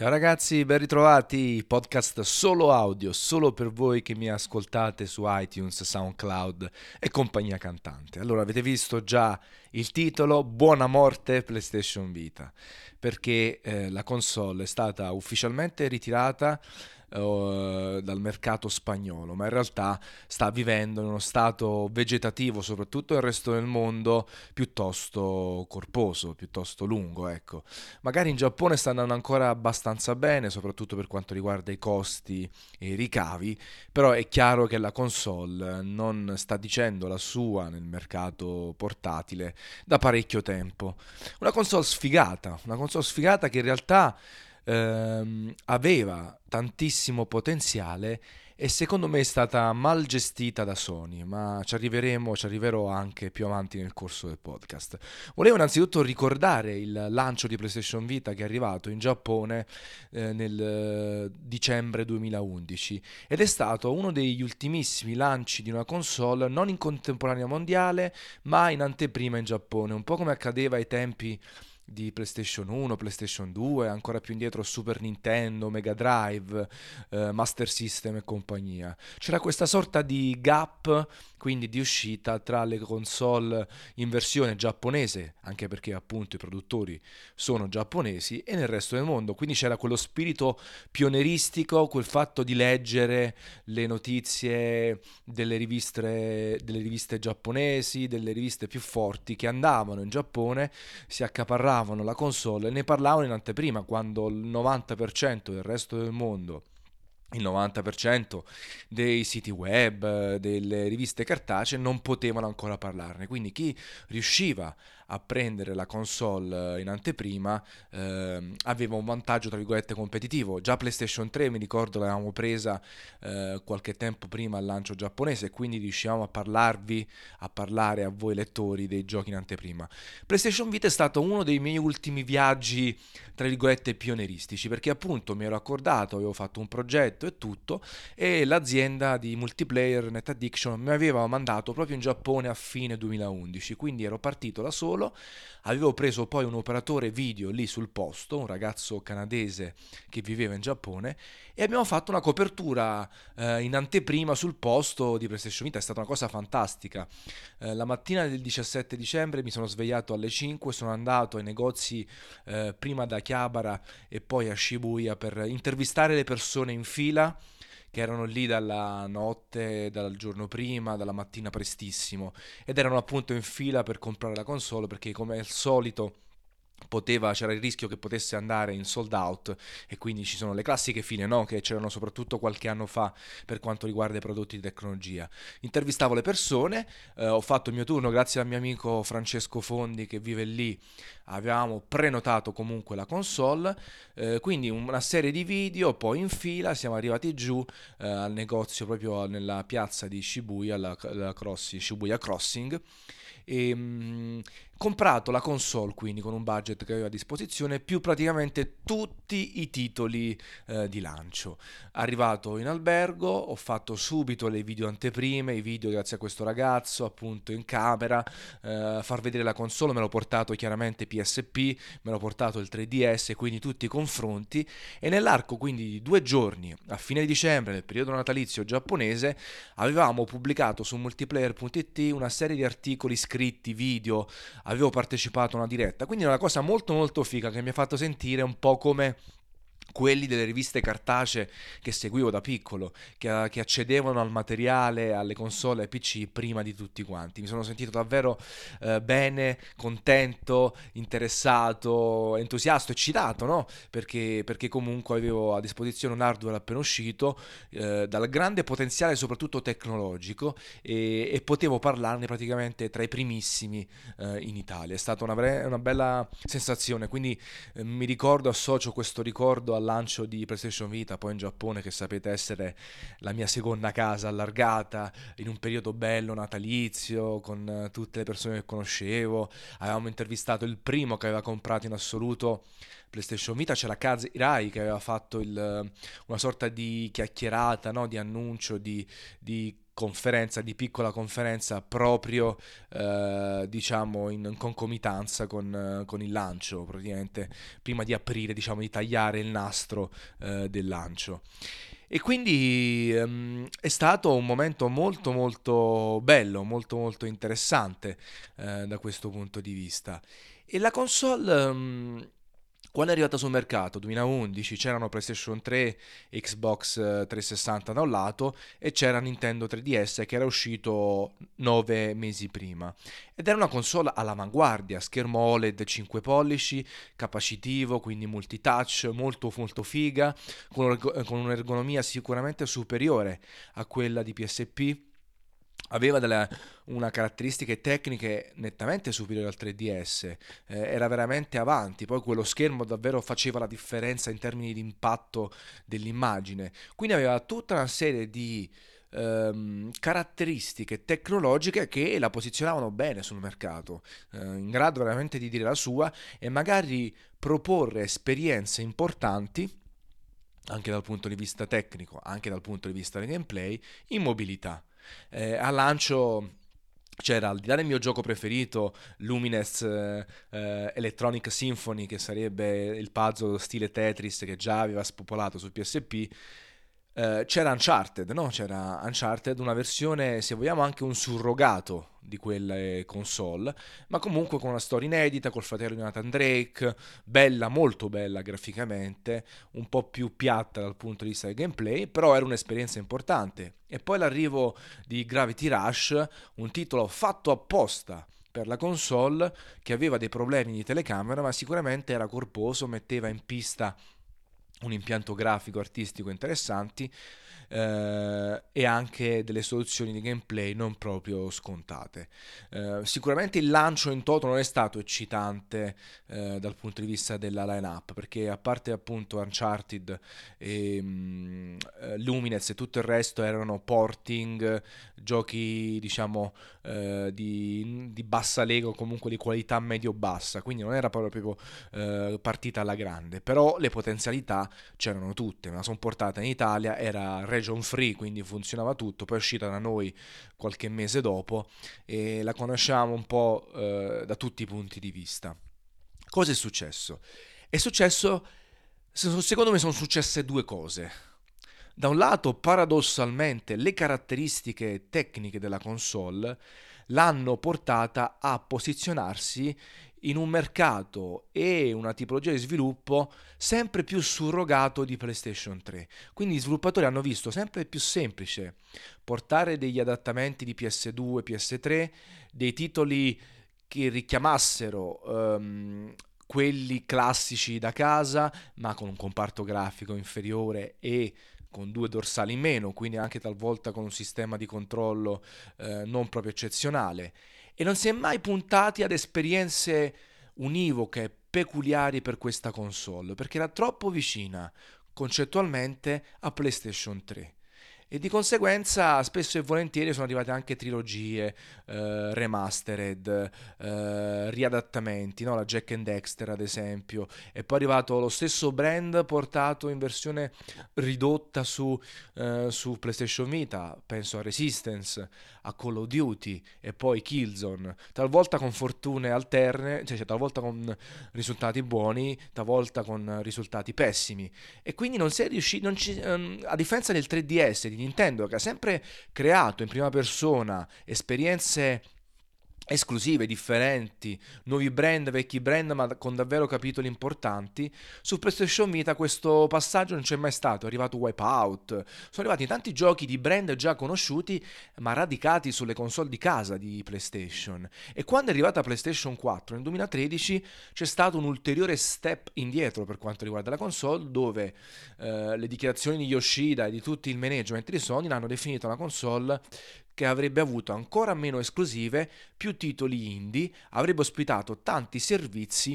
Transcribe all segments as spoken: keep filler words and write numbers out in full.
Ciao ragazzi, ben ritrovati, podcast solo audio, solo per voi che mi ascoltate su iTunes, SoundCloud e compagnia cantante. Allora, avete visto già il titolo, Buona morte PlayStation Vita, perché eh, la console è stata ufficialmente ritirata eh, dal mercato spagnolo, ma in realtà sta vivendo in uno stato vegetativo, soprattutto nel resto del mondo, piuttosto corposo, piuttosto lungo, ecco. Magari in Giappone sta andando ancora abbastanza bene, soprattutto per quanto riguarda i costi e i ricavi, però è chiaro che la console non sta dicendo la sua nel mercato portatile da parecchio tempo. Una console sfigata, una console sfigata che in realtà ehm, aveva tantissimo potenziale e secondo me è stata mal gestita da Sony, ma ci arriveremo, ci arriverò anche più avanti nel corso del podcast. Volevo innanzitutto ricordare il lancio di PlayStation Vita che è arrivato in Giappone eh, nel eh, dicembre duemilaundici ed è stato uno degli ultimissimi lanci di una console non in contemporanea mondiale, ma in anteprima in Giappone, un po' come accadeva ai tempi di PlayStation uno, PlayStation due, ancora più indietro Super Nintendo, Mega Drive, eh, Master System e compagnia. C'era questa sorta di gap, quindi di uscita tra le console in versione giapponese, anche perché appunto i produttori sono giapponesi, e nel resto del mondo. Quindi c'era quello spirito pionieristico, quel fatto di leggere le notizie delle riviste, delle riviste giapponesi, delle riviste più forti che andavano in Giappone, si accaparravano la console e ne parlavano in anteprima, quando il novanta per cento del resto del mondo, il novanta per cento dei siti web, eh, delle riviste cartacee non potevano ancora parlarne. Quindi chi riusciva a prendere la console in anteprima ehm, aveva un vantaggio tra virgolette competitivo. Già PlayStation tre, mi ricordo, l'avevamo presa eh, qualche tempo prima al lancio giapponese e quindi riuscivamo a parlarvi, a parlare a voi lettori dei giochi in anteprima. PlayStation Vita è stato uno dei miei ultimi viaggi tra virgolette pionieristici, perché appunto mi ero accordato, avevo fatto un progetto e tutto, e l'azienda di multiplayer NetAddiction mi aveva mandato proprio in Giappone a fine duemilaundici, quindi ero partito da solo, avevo preso poi un operatore video lì sul posto, un ragazzo canadese che viveva in Giappone, e abbiamo fatto una copertura eh, in anteprima sul posto di PlayStation Vita. È stata una cosa fantastica. Eh, la mattina del diciassette dicembre mi sono svegliato alle cinque, sono andato ai negozi eh, prima da Chiabara e poi a Shibuya per intervistare le persone in fila che erano lì dalla notte, dal giorno prima, dalla mattina prestissimo, ed erano appunto in fila per comprare la console, perché come al solito poteva, c'era il rischio che potesse andare in sold out, e quindi ci sono le classiche file, no? Che c'erano soprattutto qualche anno fa per quanto riguarda i prodotti di tecnologia. Intervistavo le persone, eh, ho fatto il mio turno grazie al mio amico Francesco Fondi che vive lì, avevamo prenotato comunque la console, eh, quindi una serie di video, poi in fila siamo arrivati giù eh, al negozio proprio nella piazza di Shibuya, la, la cross, Shibuya Crossing, e mh, comprato la console quindi con un budget che aveva a disposizione più praticamente tutti i titoli eh, di lancio. Arrivato in albergo ho fatto subito le video anteprime, i video grazie a questo ragazzo appunto in camera, eh, far vedere la console, me l'ho portato chiaramente P S P, me l'ho portato il tre D S, quindi tutti i confronti, e nell'arco quindi di due giorni a fine dicembre nel periodo natalizio giapponese avevamo pubblicato su multiplayer punto it una serie di articoli scritti, video, avevo partecipato a una diretta, quindi è una cosa molto molto figa che mi ha fatto sentire un po' come quelli delle riviste cartacee che seguivo da piccolo, che, che accedevano al materiale, alle console, ai P C prima di tutti quanti. Mi sono sentito davvero eh, bene, contento, interessato, entusiasta, eccitato, no? Perché, perché comunque avevo a disposizione un hardware appena uscito, eh, dal grande potenziale soprattutto tecnologico, e, e potevo parlarne praticamente tra i primissimi eh, in Italia. È stata una, bre- una bella sensazione, quindi eh, mi ricordo, associo questo ricordo al lancio di PlayStation Vita, poi in Giappone, che sapete essere la mia seconda casa allargata, in un periodo bello natalizio, con eh, tutte le persone che conoscevo. Avevamo intervistato il primo che aveva comprato in assoluto PlayStation Vita, c'era Kaz Hirai che aveva fatto il, una sorta di chiacchierata, no? Di annuncio, di, di conferenza, di piccola conferenza proprio eh, diciamo in concomitanza con, eh, con il lancio, praticamente prima di aprire, diciamo di tagliare il nastro eh, del lancio. E quindi ehm, è stato un momento molto molto bello, molto molto interessante eh, da questo punto di vista. E la console, ehm, quando è arrivata sul mercato, duemilaundici, c'erano PlayStation tre, Xbox eh, trecentosessanta da un lato e c'era Nintendo tre D S che era uscito nove mesi prima. Ed era una console all'avanguardia, schermo O L E D cinque pollici, capacitivo, quindi multitouch, molto molto figa, con, un'ergo- con un'ergonomia sicuramente superiore a quella di P S P. Aveva delle, una caratteristiche tecniche nettamente superiori al tre D S, eh, era veramente avanti, poi quello schermo davvero faceva la differenza in termini di impatto dell'immagine, quindi aveva tutta una serie di ehm, caratteristiche tecnologiche che la posizionavano bene sul mercato, eh, in grado veramente di dire la sua e magari proporre esperienze importanti anche dal punto di vista tecnico, anche dal punto di vista del gameplay, in mobilità. Eh, al lancio c'era, al di là del mio gioco preferito, Lumines eh, eh, Electronic Symphony, che sarebbe il puzzle stile Tetris che già aveva spopolato su P S P, eh, c'era Uncharted, no? C'era Uncharted, una versione, se vogliamo, anche un surrogato di quelle console, ma comunque con una storia inedita, col fratello di Nathan Drake, bella, molto bella graficamente, un po' più piatta dal punto di vista del gameplay, però era un'esperienza importante. E poi l'arrivo di Gravity Rush, un titolo fatto apposta per la console, che aveva dei problemi di telecamera, ma sicuramente era corposo, metteva in pista un impianto grafico artistico interessanti eh, e anche delle soluzioni di gameplay non proprio scontate. Eh, sicuramente il lancio in toto non è stato eccitante eh, dal punto di vista della line-up, perché a parte appunto Uncharted e mm, eh, Lumines e tutto il resto erano porting, giochi diciamo eh, di, di bassa lega o comunque di qualità medio-bassa, quindi non era proprio eh, partita alla grande, però le potenzialità c'erano tutte, me la sono portata in Italia, era region free, quindi funzionava tutto, poi è uscita da noi qualche mese dopo e la conosciamo un po' eh, da tutti i punti di vista. Cosa è successo? È successo, secondo me sono successe due cose. Da un lato, paradossalmente, le caratteristiche tecniche della console l'hanno portata a posizionarsi in un mercato e una tipologia di sviluppo sempre più surrogato di PlayStation tre. Quindi gli sviluppatori hanno visto sempre più semplice portare degli adattamenti di P S due, P S tre, dei titoli che richiamassero ehm, quelli classici da casa, ma con un comparto grafico inferiore e con due dorsali in meno, quindi anche talvolta con un sistema di controllo eh, non proprio eccezionale. E non si è mai puntati ad esperienze univoche, peculiari per questa console, perché era troppo vicina concettualmente a PlayStation tre. E di conseguenza spesso e volentieri sono arrivate anche trilogie, eh, remastered, eh, riadattamenti, no? La Jack and Dexter ad esempio, e poi è arrivato lo stesso brand portato in versione ridotta su, eh, su PlayStation Vita, penso a Resistance, a Call of Duty e poi Killzone, talvolta con fortune alterne, cioè, cioè talvolta con risultati buoni, talvolta con risultati pessimi. E quindi non si è riusciti, non ci, ehm, a differenza del tre D S di Nintendo, che ha sempre creato in prima persona esperienze esclusive, differenti, nuovi brand, vecchi brand, ma con davvero capitoli importanti. Su PlayStation Vita questo passaggio non c'è mai stato, è arrivato Wipeout, sono arrivati tanti giochi di brand già conosciuti, ma radicati sulle console di casa di PlayStation. E quando è arrivata PlayStation quattro nel duemilatredici c'è stato un ulteriore step indietro per quanto riguarda la console, dove eh, le dichiarazioni di Yoshida e di tutto il management di Sony l'hanno definita una console che avrebbe avuto ancora meno esclusive, più titoli indie, avrebbe ospitato tanti servizi,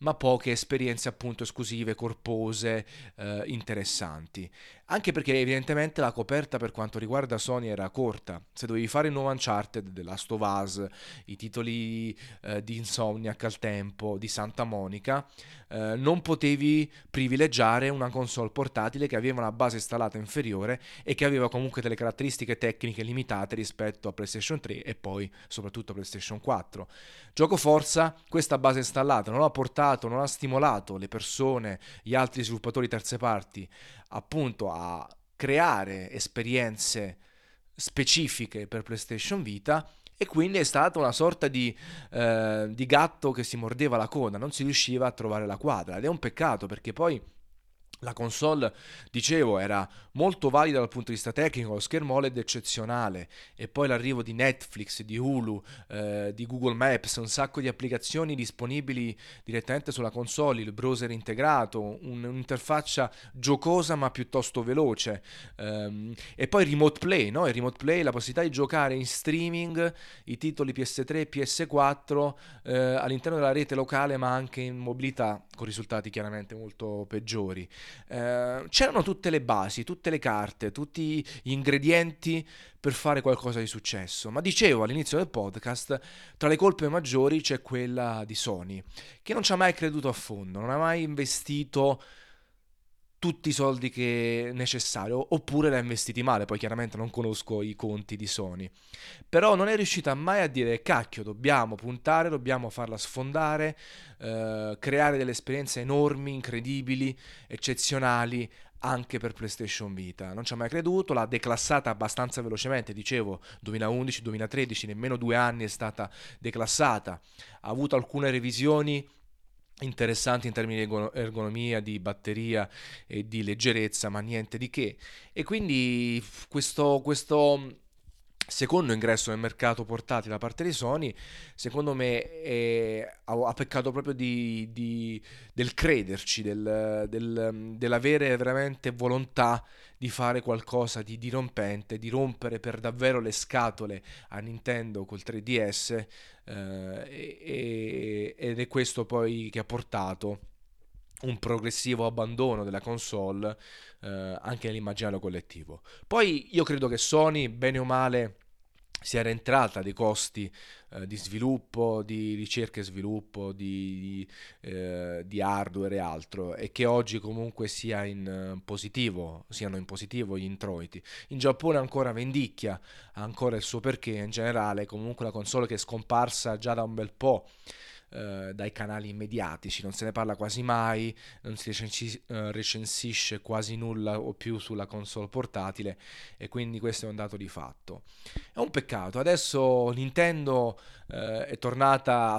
ma poche esperienze appunto esclusive, corpose, eh, interessanti. Anche perché evidentemente la coperta per quanto riguarda Sony era corta. Se dovevi fare il nuovo Uncharted, The Last of Us, i titoli eh, di Insomniac al tempo, di Santa Monica, eh, non potevi privilegiare una console portatile che aveva una base installata inferiore e che aveva comunque delle caratteristiche tecniche limitate rispetto a PlayStation tre e poi soprattutto a PlayStation quattro. Gioco Forza, questa base installata non ha portato, non ha stimolato le persone, gli altri sviluppatori terze parti, appunto a creare esperienze specifiche per PlayStation Vita, e quindi è stata una sorta di, eh, di gatto che si mordeva la coda, non si riusciva a trovare la quadra ed è un peccato perché poi la console, dicevo, era molto valida dal punto di vista tecnico, lo schermo O L E D eccezionale e poi l'arrivo di Netflix, di Hulu, eh, di Google Maps, un sacco di applicazioni disponibili direttamente sulla console, il browser integrato, un- un'interfaccia giocosa ma piuttosto veloce, ehm, e poi il Remote Play, no? Il Remote Play, la possibilità di giocare in streaming i titoli P S tre e P S quattro eh, all'interno della rete locale ma anche in mobilità con risultati chiaramente molto peggiori. Eh, c'erano tutte le basi, tutte le carte, tutti gli ingredienti per fare qualcosa di successo. Ma dicevo all'inizio del podcast, tra le colpe maggiori c'è quella di Sony, che non ci ha mai creduto a fondo, non ha mai investito tutti i soldi che è necessario, oppure l'ha investiti male, poi chiaramente non conosco i conti di Sony. Però non è riuscita mai a dire cacchio, dobbiamo puntare, dobbiamo farla sfondare, eh, creare delle esperienze enormi, incredibili, eccezionali anche per PlayStation Vita. Non ci ha mai creduto, l'ha declassata abbastanza velocemente, dicevo duemilaundici duemilatredici, nemmeno due anni è stata declassata. Ha avuto alcune revisioni interessanti in termini di ergonomia, di batteria e di leggerezza, ma niente di che. E quindi questo, questo secondo ingresso nel mercato portatile da parte di Sony, secondo me è- ha, ha peccato proprio di, di- del crederci, del, del- dell'avere veramente volontà di fare qualcosa di dirompente, di rompere per davvero le scatole a Nintendo col tre D S, eh, e- e- ed è questo poi che ha portato un progressivo abbandono della console, eh, anche nell'immaginario collettivo. Poi io credo che Sony, bene o male, sia rientrata dei costi eh, di sviluppo, di ricerca e sviluppo, di, di, eh, di hardware e altro, e che oggi comunque sia in eh, positivo, siano in positivo gli introiti. In Giappone ancora vendicchia, ha ancora il suo perché, in generale comunque la console che è scomparsa già da un bel po' eh, dai canali mediatici, non se ne parla quasi mai, non si recensi- eh, recensisce quasi nulla o più sulla console portatile, e quindi questo è un dato di fatto. È un peccato. Adesso Nintendo eh, è tornata a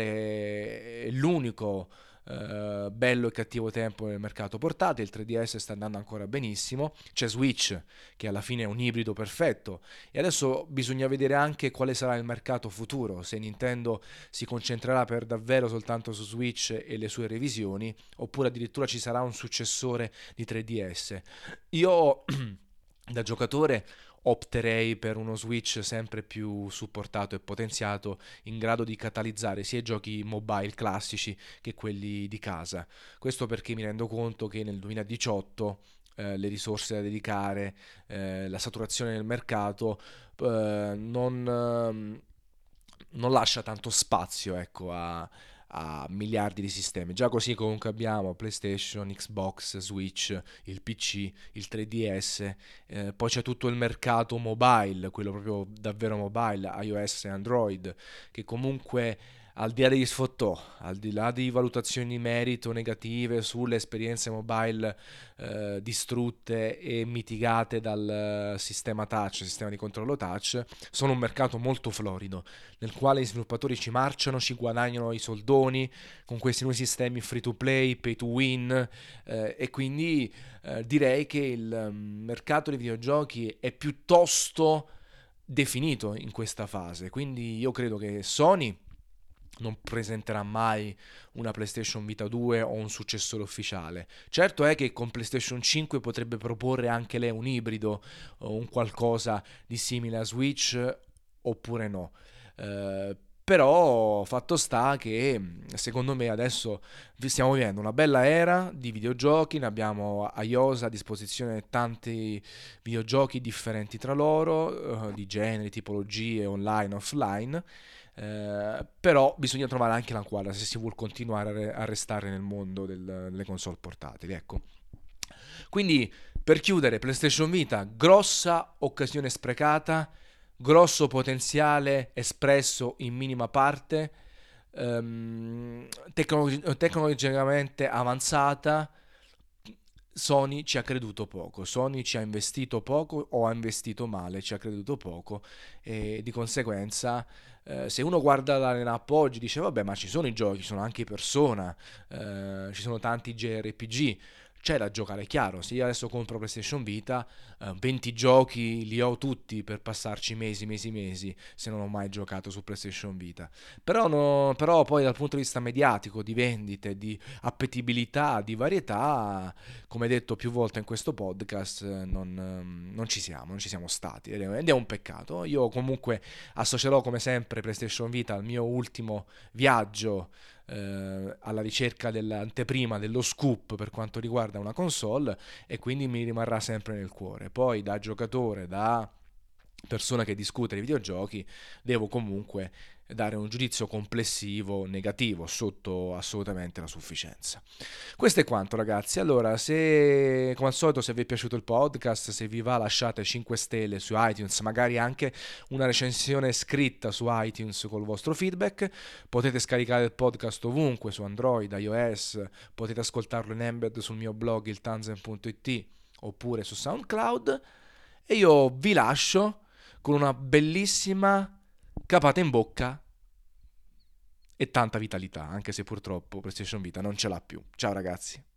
fare l'unico eh, bello e cattivo tempo nel mercato portatile. Il tre D S sta andando ancora benissimo. C'è Switch che alla fine è un ibrido perfetto. E adesso bisogna vedere anche quale sarà il mercato futuro. Se Nintendo si concentrerà per davvero soltanto su Switch e le sue revisioni, oppure addirittura ci sarà un successore di tre D S. Io da giocatore opterei per uno Switch sempre più supportato e potenziato, in grado di catalizzare sia i giochi mobile classici che quelli di casa. Questo perché mi rendo conto che nel duemiladiciotto eh, le risorse da dedicare, eh, la saturazione del mercato eh, non, ehm, non lascia tanto spazio, ecco, a, a miliardi di sistemi. Già così comunque abbiamo PlayStation, Xbox, Switch, il P C, il tre D S, eh, poi c'è tutto il mercato mobile, quello proprio davvero mobile, iOS e Android, che comunque al di là degli sfottò, al di là di valutazioni di merito negative sulle esperienze mobile eh, distrutte e mitigate dal sistema touch, sistema di controllo touch, sono un mercato molto florido, nel quale gli sviluppatori ci marciano, ci guadagnano i soldoni con questi nuovi sistemi free to play, pay to win, eh, e quindi eh, direi che il mm, mercato dei videogiochi è piuttosto definito in questa fase, quindi io credo che Sony non presenterà mai una PlayStation Vita due o un successore ufficiale. Certo è che con PlayStation cinque potrebbe proporre anche lei un ibrido o un qualcosa di simile a Switch, oppure no. Eh, Però fatto sta che secondo me adesso vi- stiamo vivendo una bella era di videogiochi, ne abbiamo a iOS a disposizione tanti videogiochi differenti tra loro, eh, di generi, tipologie, online, offline, eh, però bisogna trovare anche la quadra se si vuole continuare a, re- a restare nel mondo del- delle console portatili, ecco. Quindi per chiudere, PlayStation Vita, grossa occasione sprecata, grosso potenziale espresso in minima parte, ehm, tecnologi- tecnologicamente avanzata. Sony ci ha creduto poco, Sony ci ha investito poco o ha investito male, ci ha creduto poco e di conseguenza eh, se uno guarda la line-up oggi dice vabbè ma ci sono i giochi, ci sono anche i Persona, eh, ci sono tanti J R P G, c'è da giocare chiaro, se io adesso compro PlayStation Vita eh, venti giochi li ho tutti per passarci mesi, mesi, mesi se non ho mai giocato su PlayStation Vita, però, no- però poi dal punto di vista mediatico, di vendite, di appetibilità, di varietà come detto più volte in questo podcast, eh, non, ehm, non ci siamo, non ci siamo stati ed è ed è un peccato. Io comunque associerò come sempre PlayStation Vita al mio ultimo viaggio eh, alla ricerca dell'anteprima, dello scoop per quanto riguarda una console e quindi mi rimarrà sempre nel cuore. Poi da giocatore, da persona che discute di videogiochi, devo comunque dare un giudizio complessivo negativo sotto assolutamente la sufficienza. Questo è quanto ragazzi, allora se come al solito se vi è piaciuto il podcast, se vi va lasciate cinque stelle su iTunes, magari anche una recensione scritta su iTunes col vostro feedback, potete scaricare il podcast ovunque su Android, iOS, potete ascoltarlo in embed sul mio blog iltanzen punto it oppure su SoundCloud e io vi lascio con una bellissima capata in bocca e tanta vitalità, anche se purtroppo PlayStation Vita non ce l'ha più. Ciao ragazzi.